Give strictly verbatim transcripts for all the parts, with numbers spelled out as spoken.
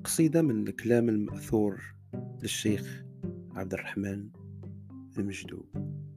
قصيدة من الكلام المأثور للشيخ عبد الرحمن المجدوب.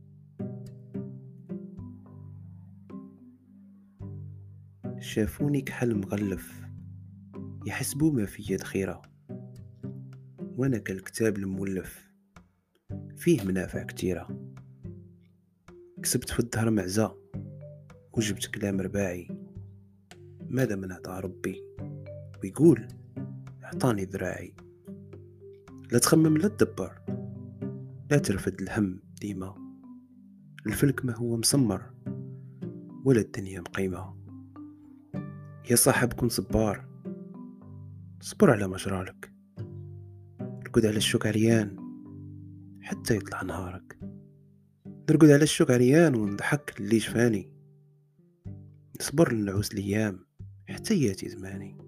شافوني كحل مغلف يحسبوا ما فيا دخيرة، وانا كالكتاب المولف فيه منافع كتيرة. كسبت في الدهر معزة وجبت كلام رباعي، ماذا من عطا ربي ويقول اعطاني ذراعي. لا تخمم لا تدبر، لا ترفد الهم ديما، الفلك ما هو مسمر ولا الدنيا مقيمة. يا صاحب كن صبار، صبر على مجرالك، رقد على الشوك عريان حتى يطلع نهارك. نرقد على الشوك عريان ونضحك اللي جفاني، نصبر لنعوس الايام حتى ياتي زماني.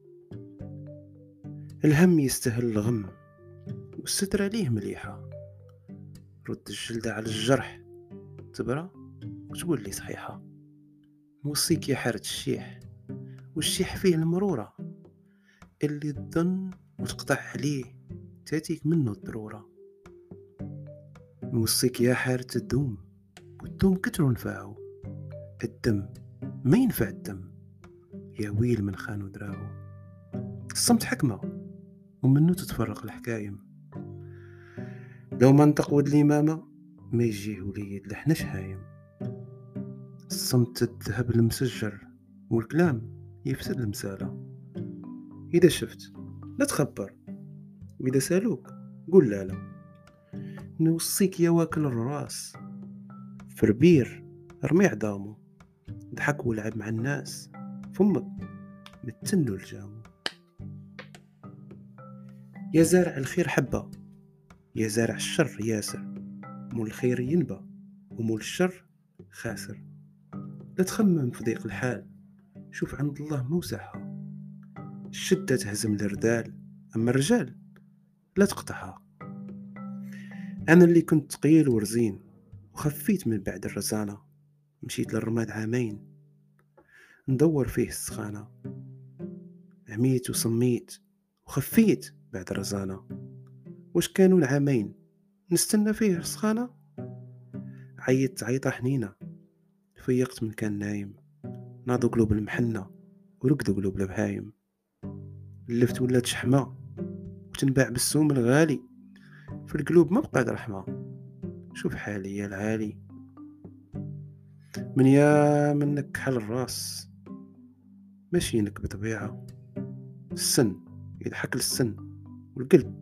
الهم يستاهل الغم والستر عليه مليحة، رد الجلدة على الجرح تبرى وتولي صحيحة. نوصيك يا حارة الشيح والشيح فيه المرورة، اللي تظن وتقطع عليه تاتيك منه الضرورة. نوصيك يا حارة الدوم والدوم كتر نفاعو، الدم ما ينفع الدم، يا ويل من خانو دراو. الصمت حكمة ومنه تتفرق الحكايم، لو ما نطق ود الإمامة ما يجيه وليد لحنا شهايم. الصمت الذهب المسجر والكلام يفسد المسالة. إذا شفت لا تخبر، وإذا سالوك قول لا لا. نوصيك يا واكل الراس، فربير رمي عظامو، ضحك ولعب مع الناس فمك متنو الجامو. يا زارع الخير حبة، يا زارع الشر ياسر، مول الخير ينبى ومول الشر خاسر. لا تخمم في ضيق الحال، شوف عند الله موسعها. الشدة تهزم الردال، أما الرجال لا تقطعها. أنا اللي كنت ثقيل ورزين وخفيت من بعد الرزانة، مشيت للرماد عامين ندور فيه السخانة. عميت وصميت وخفيت بعد الرزانة، واش كانوا العامين نستنى فيه السخانة. عيطت عيطة حنينة، فيقت من كان نايم، ناضوا قلوب المحنة ورقدوا قلوب البهايم. اللفت ولات شحمة وتنباع بالسوم الغالي، في القلوب ما بقى رحمة. شوف حالي يا العالي، من يا منك حل الراس ماشينك بطبيعة. السن يضحك للسن والقلب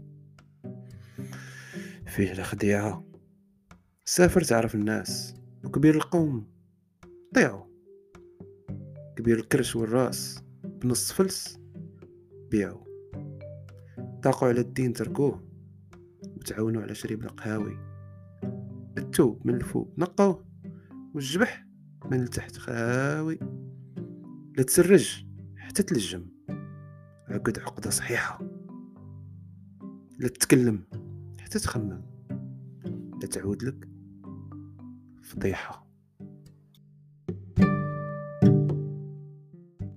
فيه الخديعة. سافر تعرف الناس وكبير القوم طيعوا، كبير الكرش والراس بنص فلس بيعوا. طاقوا على الدين تركوه وتعاونوا على شريب القهاوي. التوب من الفوق نقوه والجبح من التحت خاوي. لا تسرج حتى تلجم، عقد عقدة صحيحة. لا تتكلم حتى تخمم، لا تعود لك فضيحة.